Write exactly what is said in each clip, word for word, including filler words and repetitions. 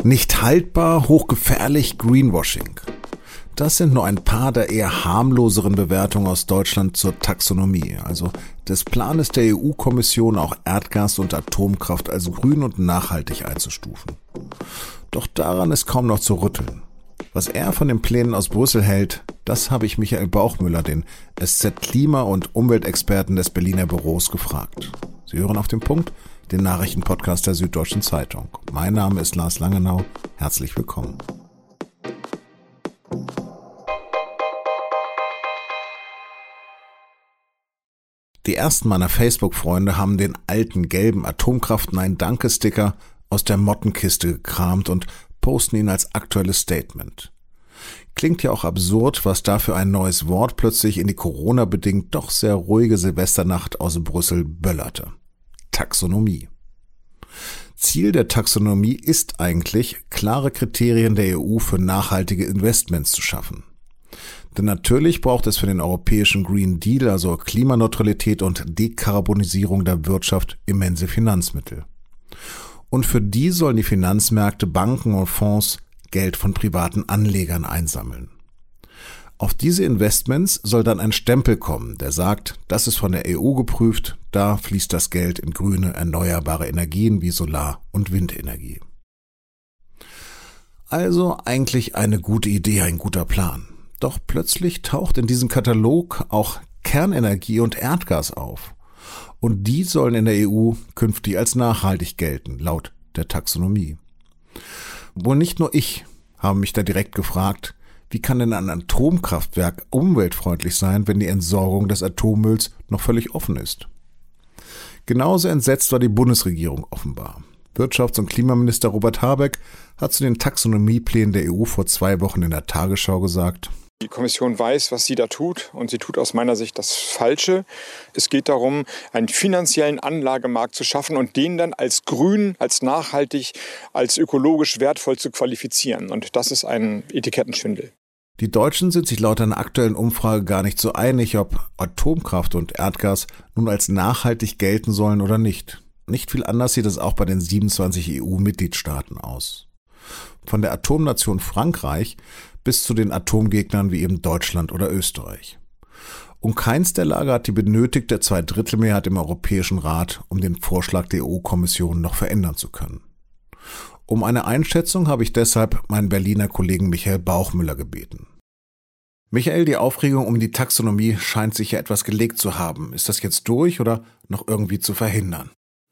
Nicht haltbar, hochgefährlich, Greenwashing. Das sind nur ein paar der eher harmloseren Bewertungen aus Deutschland zur Taxonomie, also des Planes der E U-Kommission, auch Erdgas und Atomkraft als grün und nachhaltig einzustufen. Doch daran ist kaum noch zu rütteln. Was er von den Plänen aus Brüssel hält, das habe ich Michael Bauchmüller, den S Z-Klima- und Umweltexperten des Berliner Büros, gefragt. Sie hören auf den Punkt, den Nachrichtenpodcast der Süddeutschen Zeitung. Mein Name ist Lars Langenau. Herzlich willkommen. Die ersten meiner Facebook-Freunde haben den alten gelben Atomkraft-Nein-Danke-Sticker aus der Mottenkiste gekramt und posten ihn als aktuelles Statement. Klingt ja auch absurd, was da für ein neues Wort plötzlich in die Corona-bedingt doch sehr ruhige Silvesternacht aus Brüssel böllerte. Taxonomie. Ziel der Taxonomie ist eigentlich, klare Kriterien der E U für nachhaltige Investments zu schaffen. Denn natürlich braucht es für den europäischen Green Deal, also Klimaneutralität und Dekarbonisierung der Wirtschaft, immense Finanzmittel. Und für die sollen die Finanzmärkte, Banken und Fonds Geld von privaten Anlegern einsammeln. Auf diese Investments soll dann ein Stempel kommen, der sagt, das ist von der E U geprüft, da fließt das Geld in grüne, erneuerbare Energien wie Solar- und Windenergie. Also eigentlich eine gute Idee, ein guter Plan. Doch plötzlich taucht in diesem Katalog auch Kernenergie und Erdgas auf. Und die sollen in der E U künftig als nachhaltig gelten, laut der Taxonomie. Wohl nicht nur ich habe mich da direkt gefragt, wie kann denn ein Atomkraftwerk umweltfreundlich sein, wenn die Entsorgung des Atommülls noch völlig offen ist? Genauso entsetzt war die Bundesregierung offenbar. Wirtschafts- und Klimaminister Robert Habeck hat zu den Taxonomieplänen der E U vor zwei Wochen in der Tagesschau gesagt: Die Kommission weiß, was sie da tut, und sie tut aus meiner Sicht das Falsche. Es geht darum, einen finanziellen Anlagemarkt zu schaffen und den dann als grün, als nachhaltig, als ökologisch wertvoll zu qualifizieren. Und das ist ein Etikettenschwindel. Die Deutschen sind sich laut einer aktuellen Umfrage gar nicht so einig, ob Atomkraft und Erdgas nun als nachhaltig gelten sollen oder nicht. Nicht viel anders sieht es auch bei den siebenundzwanzig E U-Mitgliedstaaten aus. Von der Atomnation Frankreich bis zu den Atomgegnern wie eben Deutschland oder Österreich. Und keins der Lager hat die benötigte Zweidrittelmehrheit im Europäischen Rat, um den Vorschlag der E U-Kommission noch verändern zu können. Um eine Einschätzung habe ich deshalb meinen Berliner Kollegen Michael Bauchmüller gebeten. Michael, die Aufregung um die Taxonomie scheint sich ja etwas gelegt zu haben. Ist das jetzt durch oder noch irgendwie zu verhindern?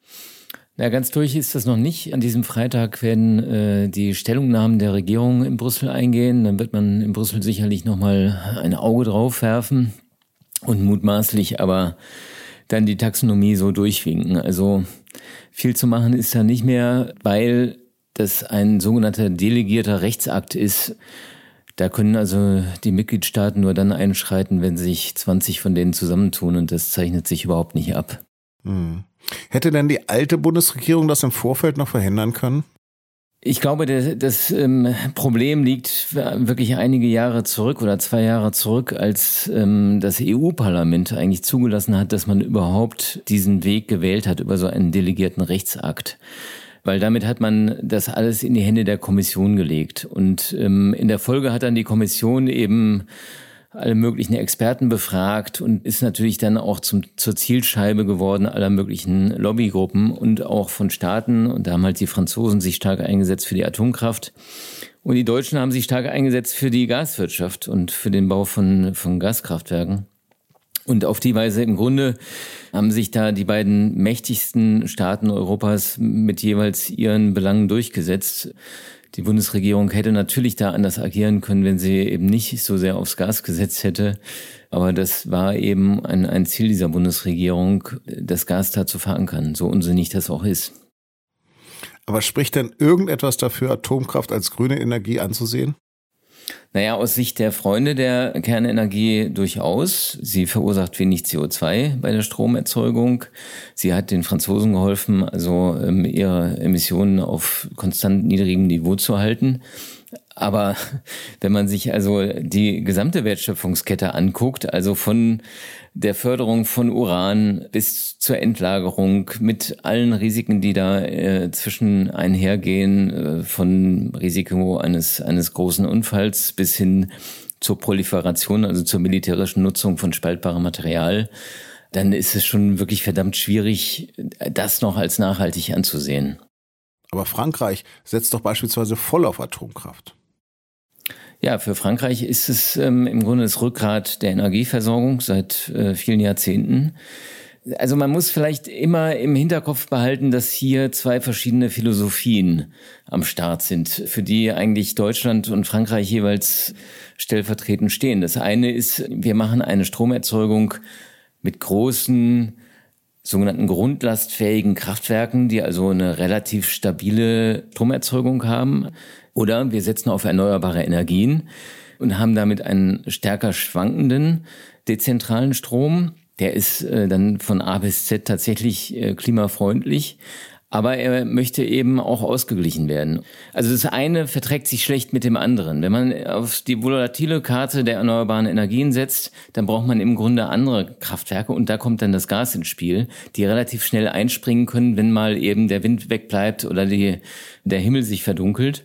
Na, ganz durch ist das noch nicht. An diesem Freitag werden äh, die Stellungnahmen der Regierung in Brüssel eingehen. Dann wird man in Brüssel sicherlich nochmal ein Auge drauf werfen und mutmaßlich aber dann die Taxonomie so durchwinken. Also viel zu machen ist da nicht mehr, weil das ein sogenannter delegierter Rechtsakt ist. Da können also die Mitgliedstaaten nur dann einschreiten, wenn sich zwanzig von denen zusammentun, und das zeichnet sich überhaupt nicht ab. Hm. Hätte denn die alte Bundesregierung das im Vorfeld noch verhindern können? Ich glaube, das, das ähm, Problem liegt wirklich einige Jahre zurück oder zwei Jahre zurück, als ähm, das E U-Parlament eigentlich zugelassen hat, dass man überhaupt diesen Weg gewählt hat über so einen delegierten Rechtsakt. Weil damit hat man das alles in die Hände der Kommission gelegt. Und ähm, in der Folge hat dann die Kommission eben alle möglichen Experten befragt und ist natürlich dann auch zum, zur Zielscheibe geworden aller möglichen Lobbygruppen und auch von Staaten. Und da haben halt die Franzosen sich stark eingesetzt für die Atomkraft. Und die Deutschen haben sich stark eingesetzt für die Gaswirtschaft und für den Bau von, von Gaskraftwerken. Und auf die Weise im Grunde haben sich da die beiden mächtigsten Staaten Europas mit jeweils ihren Belangen durchgesetzt. Die Bundesregierung hätte natürlich da anders agieren können, wenn sie eben nicht so sehr aufs Gas gesetzt hätte. Aber das war eben ein, ein Ziel dieser Bundesregierung, das Gas da zu verankern, so unsinnig das auch ist. Aber spricht denn irgendetwas dafür, Atomkraft als grüne Energie anzusehen? Naja, aus Sicht der Freunde der Kernenergie durchaus. Sie verursacht wenig C O zwei bei der Stromerzeugung. Sie hat den Franzosen geholfen, also ähm, ihre Emissionen auf konstant niedrigem Niveau zu halten. Aber wenn man sich also die gesamte Wertschöpfungskette anguckt, also von der Förderung von Uran bis zur Endlagerung mit allen Risiken, die da äh, zwischen einhergehen, äh, von Risiko eines eines großen Unfalls bis hin zur Proliferation, also zur militärischen Nutzung von spaltbarem Material, dann ist es schon wirklich verdammt schwierig, das noch als nachhaltig anzusehen. Aber Frankreich setzt doch beispielsweise voll auf Atomkraft. Ja, für Frankreich ist es ähm, im Grunde das Rückgrat der Energieversorgung seit äh, vielen Jahrzehnten. Also man muss vielleicht immer im Hinterkopf behalten, dass hier zwei verschiedene Philosophien am Start sind, für die eigentlich Deutschland und Frankreich jeweils stellvertretend stehen. Das eine ist, wir machen eine Stromerzeugung mit großen sogenannten grundlastfähigen Kraftwerken, die also eine relativ stabile Stromerzeugung haben. Oder wir setzen auf erneuerbare Energien und haben damit einen stärker schwankenden, dezentralen Strom. Der ist äh, dann von A bis Z tatsächlich äh, klimafreundlich. Aber er möchte eben auch ausgeglichen werden. Also das eine verträgt sich schlecht mit dem anderen. Wenn man auf die volatile Karte der erneuerbaren Energien setzt, dann braucht man im Grunde andere Kraftwerke und da kommt dann das Gas ins Spiel, die relativ schnell einspringen können, wenn mal eben der Wind wegbleibt oder die, der Himmel sich verdunkelt.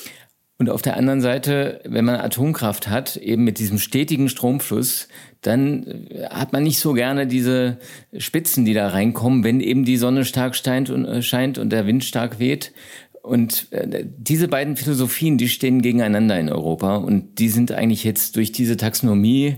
Und auf der anderen Seite, wenn man Atomkraft hat, eben mit diesem stetigen Stromfluss, dann hat man nicht so gerne diese Spitzen, die da reinkommen, wenn eben die Sonne stark scheint und, scheint und der Wind stark weht. Und diese beiden Philosophien, die stehen gegeneinander in Europa und die sind eigentlich jetzt durch diese Taxonomie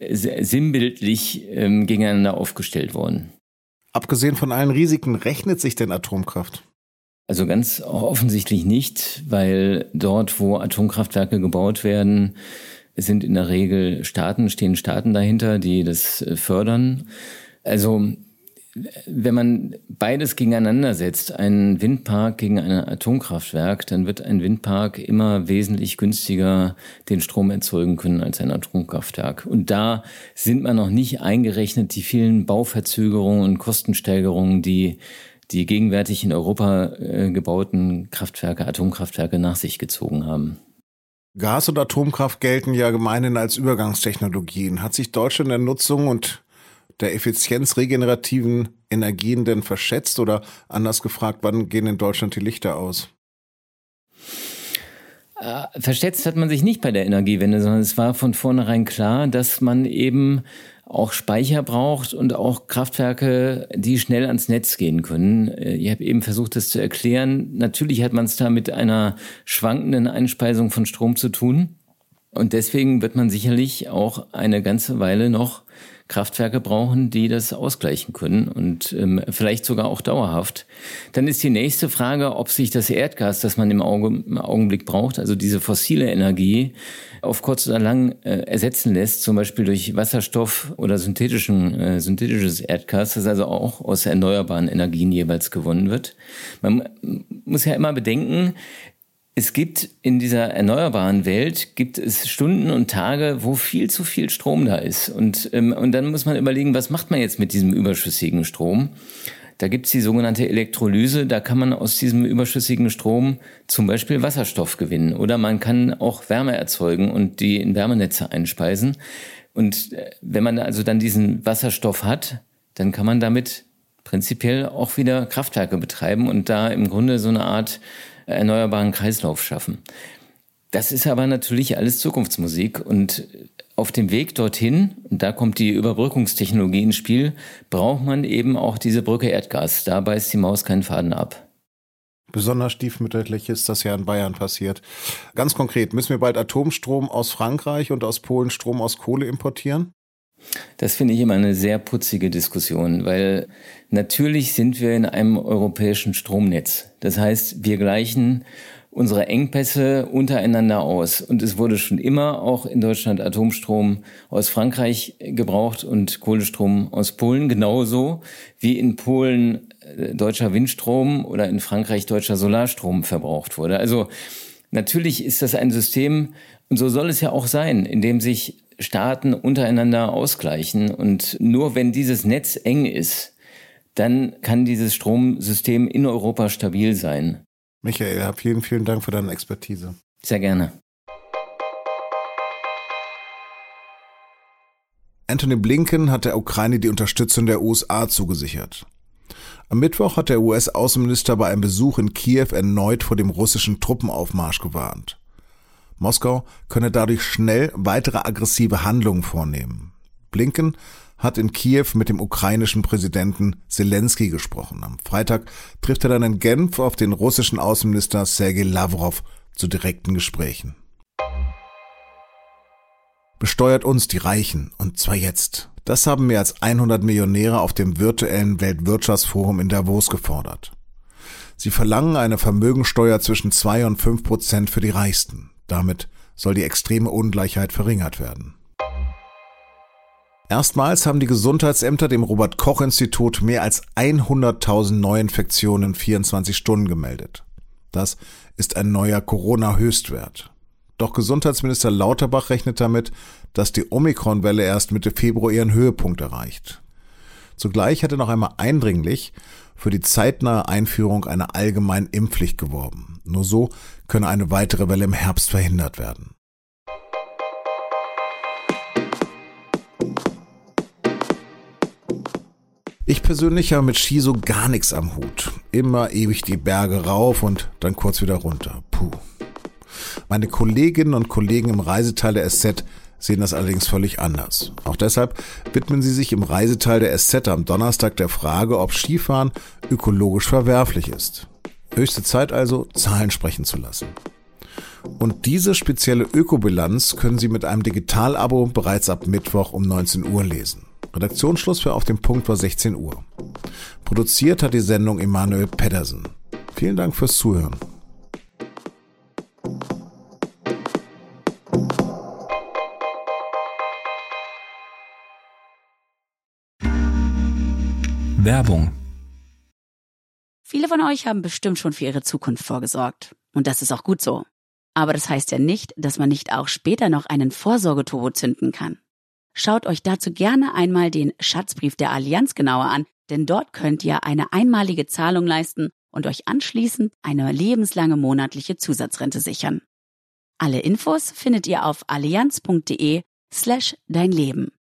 sinnbildlich ähm, gegeneinander aufgestellt worden. Abgesehen von allen Risiken, rechnet sich denn Atomkraft? Also ganz offensichtlich nicht, weil dort, wo Atomkraftwerke gebaut werden, sind in der Regel Staaten, stehen Staaten dahinter, die das fördern. Also wenn man beides gegeneinander setzt, einen Windpark gegen ein Atomkraftwerk, dann wird ein Windpark immer wesentlich günstiger den Strom erzeugen können als ein Atomkraftwerk. Und da sind man noch nicht eingerechnet die vielen Bauverzögerungen und Kostensteigerungen, die die gegenwärtig in Europa äh, gebauten Kraftwerke, Atomkraftwerke nach sich gezogen haben. Gas und Atomkraft gelten ja gemeinhin als Übergangstechnologien. Hat sich Deutschland in der Nutzung und der Effizienz regenerativen Energien denn verschätzt oder anders gefragt, wann gehen in Deutschland die Lichter aus? Äh, verschätzt hat man sich nicht bei der Energiewende, sondern es war von vornherein klar, dass man eben auch Speicher braucht und auch Kraftwerke, die schnell ans Netz gehen können. Ich habe eben versucht, das zu erklären. Natürlich hat man es da mit einer schwankenden Einspeisung von Strom zu tun. Und deswegen wird man sicherlich auch eine ganze Weile noch Kraftwerke brauchen, die das ausgleichen können und ähm, vielleicht sogar auch dauerhaft. Dann ist die nächste Frage, ob sich das Erdgas, das man im, Auge, im Augenblick braucht, also diese fossile Energie, auf kurz oder lang äh, ersetzen lässt, zum Beispiel durch Wasserstoff oder synthetischen, äh, synthetisches Erdgas, das also auch aus erneuerbaren Energien jeweils gewonnen wird. Man muss ja immer bedenken, es gibt in dieser erneuerbaren Welt, gibt es Stunden und Tage, wo viel zu viel Strom da ist. Und, ähm, und dann muss man überlegen, was macht man jetzt mit diesem überschüssigen Strom? Da gibt's die sogenannte Elektrolyse, da kann man aus diesem überschüssigen Strom zum Beispiel Wasserstoff gewinnen. Oder man kann auch Wärme erzeugen und die in Wärmenetze einspeisen. Und wenn man also dann diesen Wasserstoff hat, dann kann man damit prinzipiell auch wieder Kraftwerke betreiben und da im Grunde so eine Art erneuerbaren Kreislauf schaffen. Das ist aber natürlich alles Zukunftsmusik und auf dem Weg dorthin, und da kommt die Überbrückungstechnologie ins Spiel, braucht man eben auch diese Brücke Erdgas. Da beißt die Maus keinen Faden ab. Besonders stiefmütterlich ist das ja in Bayern passiert. Ganz konkret, müssen wir bald Atomstrom aus Frankreich und aus Polen Strom aus Kohle importieren? Das finde ich immer eine sehr putzige Diskussion, weil natürlich sind wir in einem europäischen Stromnetz. Das heißt, wir gleichen unsere Engpässe untereinander aus. Und es wurde schon immer auch in Deutschland Atomstrom aus Frankreich gebraucht und Kohlestrom aus Polen, genauso wie in Polen deutscher Windstrom oder in Frankreich deutscher Solarstrom verbraucht wurde. Also natürlich ist das ein System, Und so soll es ja auch sein, indem sich Staaten untereinander ausgleichen. Und nur wenn dieses Netz eng ist, dann kann dieses Stromsystem in Europa stabil sein. Michael, vielen, vielen Dank für deine Expertise. Sehr gerne. Antony Blinken hat der Ukraine die Unterstützung der U S A zugesichert. Am Mittwoch hat der U S-Außenminister bei einem Besuch in Kiew erneut vor dem russischen Truppenaufmarsch gewarnt. Moskau könne dadurch schnell weitere aggressive Handlungen vornehmen. Blinken hat in Kiew mit dem ukrainischen Präsidenten Zelensky gesprochen. Am Freitag trifft er dann in Genf auf den russischen Außenminister Sergei Lavrov zu direkten Gesprächen. Besteuert uns die Reichen, und zwar jetzt. Das haben mehr als hundert Millionäre auf dem virtuellen Weltwirtschaftsforum in Davos gefordert. Sie verlangen eine Vermögensteuer zwischen zwei und fünf Prozent für die Reichsten. Damit soll die extreme Ungleichheit verringert werden. Erstmals haben die Gesundheitsämter dem Robert-Koch-Institut mehr als hunderttausend Neuinfektionen in vierundzwanzig Stunden gemeldet. Das ist ein neuer Corona-Höchstwert. Doch Gesundheitsminister Lauterbach rechnet damit, dass die Omikron-Welle erst Mitte Februar ihren Höhepunkt erreicht. Zugleich hat er noch einmal eindringlich für die zeitnahe Einführung einer allgemeinen Impfpflicht geworben. Nur so könne eine weitere Welle im Herbst verhindert werden. Ich persönlich habe mit Ski so gar nichts am Hut. Immer ewig die Berge rauf und dann kurz wieder runter. Puh. Meine Kolleginnen und Kollegen im Reiseteil der S Z sehen das allerdings völlig anders. Auch deshalb widmen sie sich im Reiseteil der S Z am Donnerstag der Frage, ob Skifahren ökologisch verwerflich ist. Höchste Zeit also, Zahlen sprechen zu lassen. Und diese spezielle Ökobilanz können Sie mit einem Digital-Abo bereits ab Mittwoch um neunzehn Uhr lesen. Redaktionsschluss für Auf den Punkt war sechzehn Uhr. Produziert hat die Sendung Emanuel Pedersen. Vielen Dank fürs Zuhören. Werbung. Viele von euch haben bestimmt schon für ihre Zukunft vorgesorgt. Und das ist auch gut so. Aber das heißt ja nicht, dass man nicht auch später noch einen Vorsorgeturbo zünden kann. Schaut euch dazu gerne einmal den Schatzbrief der Allianz genauer an, denn dort könnt ihr eine einmalige Zahlung leisten und euch anschließend eine lebenslange monatliche Zusatzrente sichern. Alle Infos findet ihr auf allianz punkt de slash dein Leben.